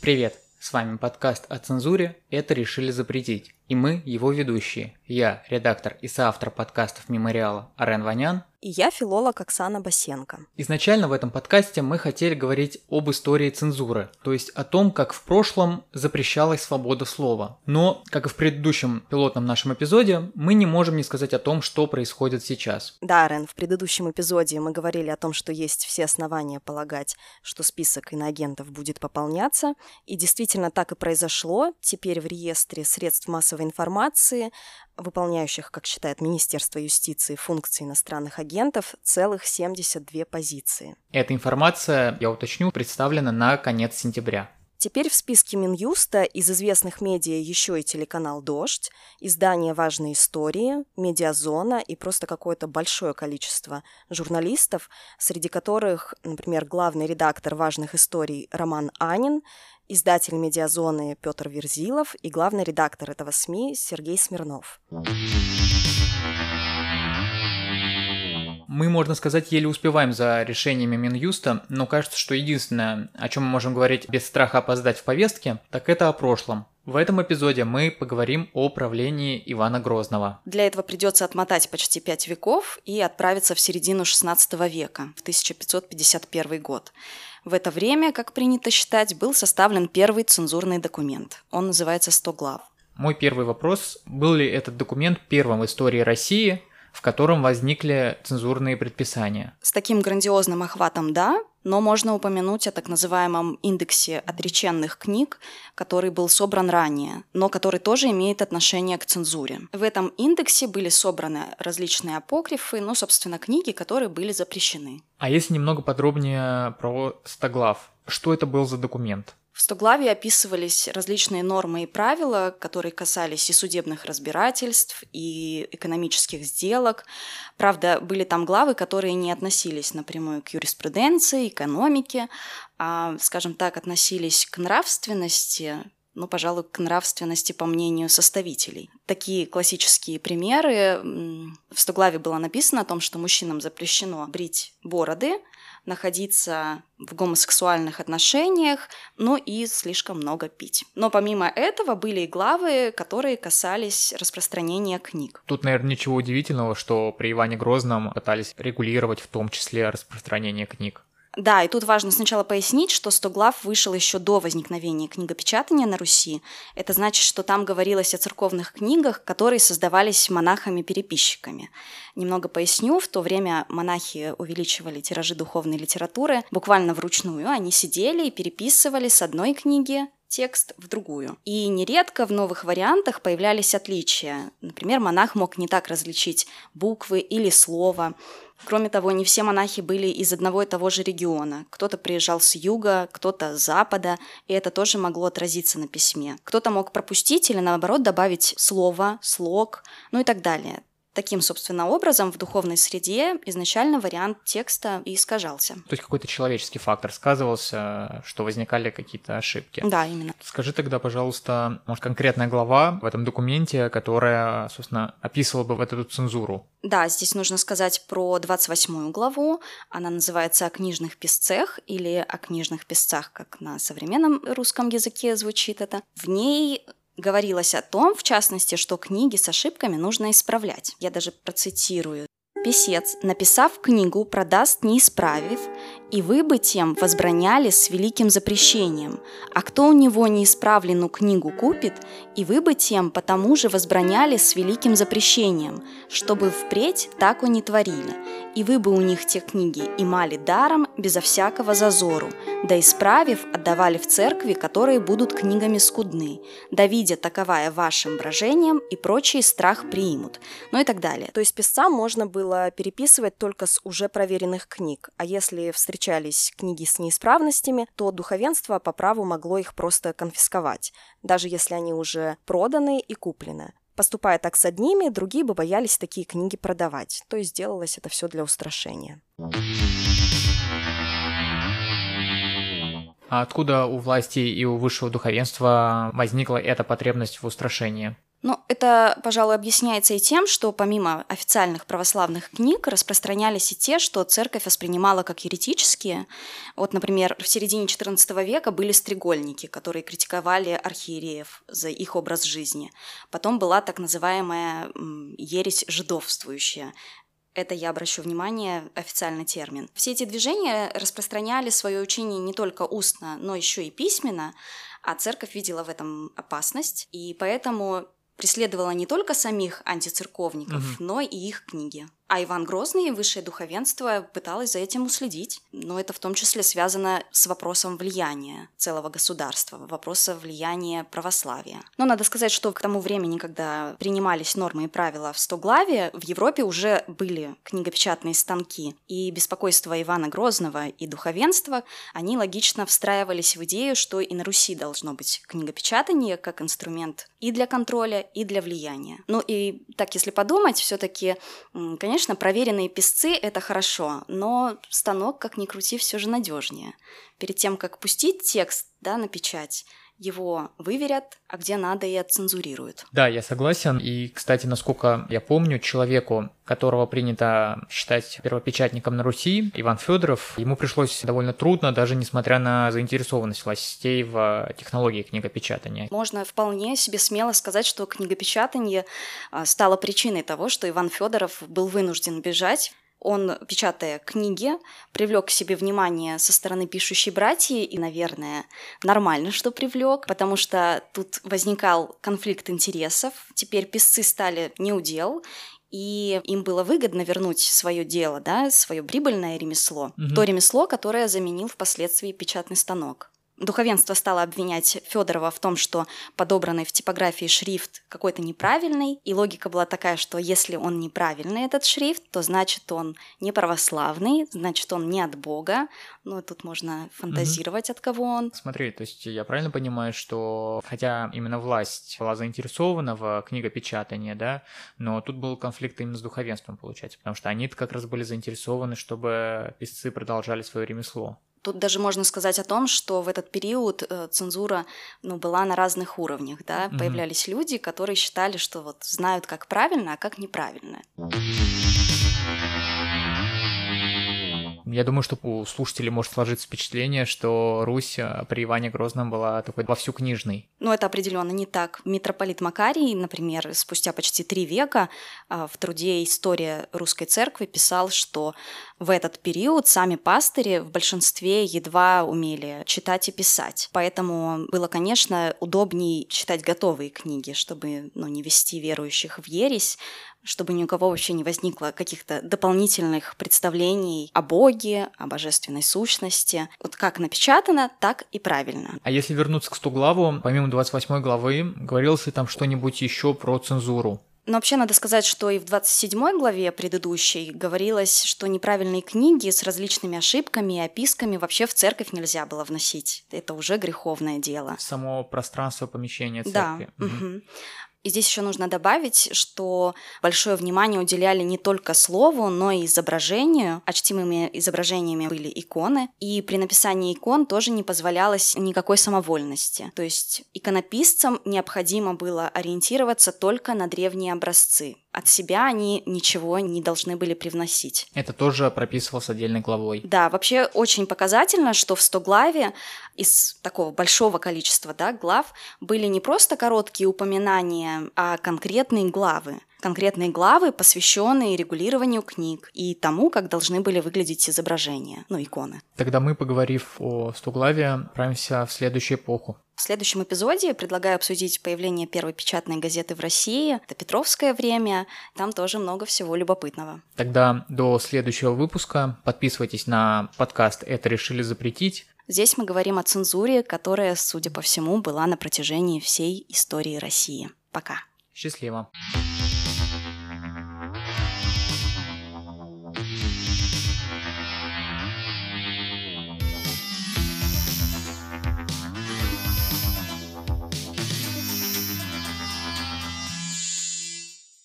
Привет! С вами подкаст о цензуре «Это решили запретить». И мы его ведущие. Я, редактор и соавтор подкастов «Мемориала» Арен Ванян. И я, филолог Оксана Басенко. Изначально в этом подкасте мы хотели говорить об истории цензуры, то есть о том, как в прошлом запрещалась свобода слова. Но, как и в предыдущем пилотном нашем эпизоде, мы не можем не сказать о том, что происходит сейчас. Да, Арен, в предыдущем эпизоде мы говорили о том, что есть все основания полагать, что список иноагентов будет пополняться. И действительно так и произошло. Теперь в реестре средств массовой информации, выполняющих, как считает Министерство юстиции, функции иностранных агентов, целых 72 позиции. Эта информация, я уточню, представлена на конец сентября. Теперь в списке Минюста из известных медиа еще и телеканал «Дождь», издание «Важные истории», «Медиазона» и просто какое-то большое количество журналистов, среди которых, например, главный редактор «Важных историй» Роман Анин, издатель «Медиазоны» Петр Верзилов и главный редактор этого СМИ Сергей Смирнов. Мы, можно сказать, еле успеваем за решениями Минюста, но кажется, что единственное, о чем мы можем говорить без страха опоздать в повестке, так это о прошлом. В этом эпизоде мы поговорим о правлении Ивана Грозного. Для этого придется отмотать почти 5 веков и отправиться в середину XVI века, в 1551 год. В это время, как принято считать, был составлен первый цензурный документ. Он называется «100 глав». Мой первый вопрос: был ли этот документ первым в истории России, в котором возникли цензурные предписания? С таким грандиозным охватом да, но можно упомянуть о так называемом индексе отреченных книг, который был собран ранее, но который тоже имеет отношение к цензуре. В этом индексе были собраны различные апокрифы, собственно, книги, которые были запрещены. А если немного подробнее про стоглав, что это был за документ? В стоглаве описывались различные нормы и правила, которые касались и судебных разбирательств, и экономических сделок. Правда, были там главы, которые не относились напрямую к юриспруденции, экономике, а, скажем так, относились к нравственности, пожалуй, к нравственности по мнению составителей. Такие классические примеры. В стоглаве было написано о том, что мужчинам запрещено брить бороды, находиться в гомосексуальных отношениях, и слишком много пить. Но помимо этого были и главы, которые касались распространения книг. Тут, наверное, ничего удивительного, что при Иване Грозном пытались регулировать в том числе распространение книг. Да, и тут важно сначала пояснить, что 100 глав вышел еще до возникновения книгопечатания на Руси. Это значит, что там говорилось о церковных книгах, которые создавались монахами-переписчиками. Немного поясню, в то время монахи увеличивали тиражи духовной литературы буквально вручную. Они сидели и переписывали с одной книги текст в другую. И нередко в новых вариантах появлялись отличия. Например, монах мог не так различить буквы или слова. Кроме того, не все монахи были из одного и того же региона. Кто-то приезжал с юга, кто-то с запада, и это тоже могло отразиться на письме. Кто-то мог пропустить или, наоборот, добавить слово, слог, и так далее. Таким, собственно, образом в духовной среде изначально вариант текста и искажался. То есть какой-то человеческий фактор сказывался, что возникали какие-то ошибки. Да, именно. Скажи тогда, пожалуйста, может, конкретная глава в этом документе, которая, собственно, описывала бы вот эту цензуру? Да, здесь нужно сказать про 28-ю главу. Она называется «О книжных писцах» или «О книжных писцах», как на современном русском языке звучит это. В ней говорилось о том, в частности, что книги с ошибками нужно исправлять. Я даже процитирую. «Писец, написав книгу, продаст, не исправив, и вы бы тем возбраняли с великим запрещением. А кто у него неисправленную книгу купит, и вы бы тем потому же возбраняли с великим запрещением, чтобы впредь так не творили. И вы бы у них те книги имали даром, безо всякого зазору, да исправив, отдавали в церкви, которые будут книгами скудны, да видя таковая вашим брожением и прочие страх примут». И так далее. То есть писцам можно было переписывать только с уже проверенных книг, а если встречались книги с неисправностями, то духовенство по праву могло их просто конфисковать, даже если они уже проданы и куплены. Поступая так с одними, другие бы боялись такие книги продавать, то есть делалось это все для устрашения. А откуда у власти и у высшего духовенства возникла эта потребность в устрашении? Но это, пожалуй, объясняется и тем, что помимо официальных православных книг распространялись и те, что церковь воспринимала как еретические. Вот, например, в середине XIV века были стрегольники, которые критиковали архиереев за их образ жизни. Потом была так называемая ересь жидовствующая. Это, я обращу внимание, официальный термин. Все эти движения распространяли свое учение не только устно, но еще и письменно, а церковь видела в этом опасность, и поэтому преследовала не только самих антицерковников, но и их книги. А Иван Грозный и высшее духовенство пыталось за этим уследить. Но это в том числе связано с вопросом влияния целого государства, вопросом влияния православия. Но надо сказать, что к тому времени, когда принимались нормы и правила в Стоглаве, в Европе уже были книгопечатные станки. И беспокойство Ивана Грозного и духовенства, они логично встраивались в идею, что и на Руси должно быть книгопечатание как инструмент и для контроля, и для влияния. Ну и так, если подумать, все-таки, конечно, проверенные писцы – это хорошо, но станок, как ни крути, все же надежнее. Перед тем, как пустить текст на печать, его выверят, а где надо и отцензурируют. Да, я согласен. И, кстати, насколько я помню, человеку, которого принято считать первопечатником на Руси, Иван Федоров, ему пришлось довольно трудно, даже несмотря на заинтересованность властей в технологии книгопечатания. Можно вполне себе смело сказать, что книгопечатание стало причиной того, что Иван Федоров был вынужден бежать. Он, печатая книги, привлек к себе внимание со стороны пишущей братьи, и, наверное, нормально, что привлек, потому что тут возникал конфликт интересов. Теперь писцы стали неудел, и им было выгодно вернуть свое дело, свое прибыльное ремесло, то ремесло, которое заменил впоследствии печатный станок. Духовенство стало обвинять Федорова в том, что подобранный в типографии шрифт какой-то неправильный, и логика была такая, что если он неправильный, этот шрифт, то значит он не православный, значит он не от Бога. Ну, тут можно фантазировать, от кого он. Смотри, то есть я правильно понимаю, что хотя именно власть была заинтересована в книгопечатании, но тут был конфликт именно с духовенством, получается, потому что они как раз были заинтересованы, чтобы писцы продолжали свое ремесло. Тут даже можно сказать о том, что в этот период цензура была на разных уровнях. Появлялись люди, которые считали, что знают, как правильно, а как неправильно. Я думаю, что у слушателей может сложиться впечатление, что Русь при Иване Грозном была такой вовсю книжной. Это определенно не так. Митрополит Макарий, например, спустя почти 3 века в труде «История русской церкви» писал, что в этот период сами пастыри в большинстве едва умели читать и писать. Поэтому было, конечно, удобнее читать готовые книги, чтобы не вести верующих в ересь, чтобы ни у кого вообще не возникло каких-то дополнительных представлений о Боге, о божественной сущности. Как напечатано, так и правильно. А если вернуться к Стоглаву, помимо 28 главы, говорилось ли там что-нибудь еще про цензуру? Но вообще надо сказать, что и в 27 главе предыдущей говорилось, что неправильные книги с различными ошибками и описками вообще в церковь нельзя было вносить. Это уже греховное дело. Само пространство помещения церкви. Да. Угу. И здесь еще нужно добавить, что большое внимание уделяли не только слову, но и изображению. А чтимыми изображениями были иконы. И при написании икон тоже не позволялось никакой самовольности. То есть иконописцам необходимо было ориентироваться только на древние образцы. От себя они ничего не должны были привносить. Это тоже прописывалось отдельной главой. Да, вообще очень показательно, что в Стоглаве из такого большого количества глав были не просто короткие упоминания, а конкретные главы. Конкретные главы, посвященные регулированию книг и тому, как должны были выглядеть изображения, иконы. Тогда мы, поговорив о Стоглаве, отправимся в следующую эпоху. В следующем эпизоде я предлагаю обсудить появление первой печатной газеты в России. Это Петровское время. Там тоже много всего любопытного. Тогда до следующего выпуска подписывайтесь на подкаст «Это решили запретить». Здесь мы говорим о цензуре, которая, судя по всему, была на протяжении всей истории России. Пока. Счастливо.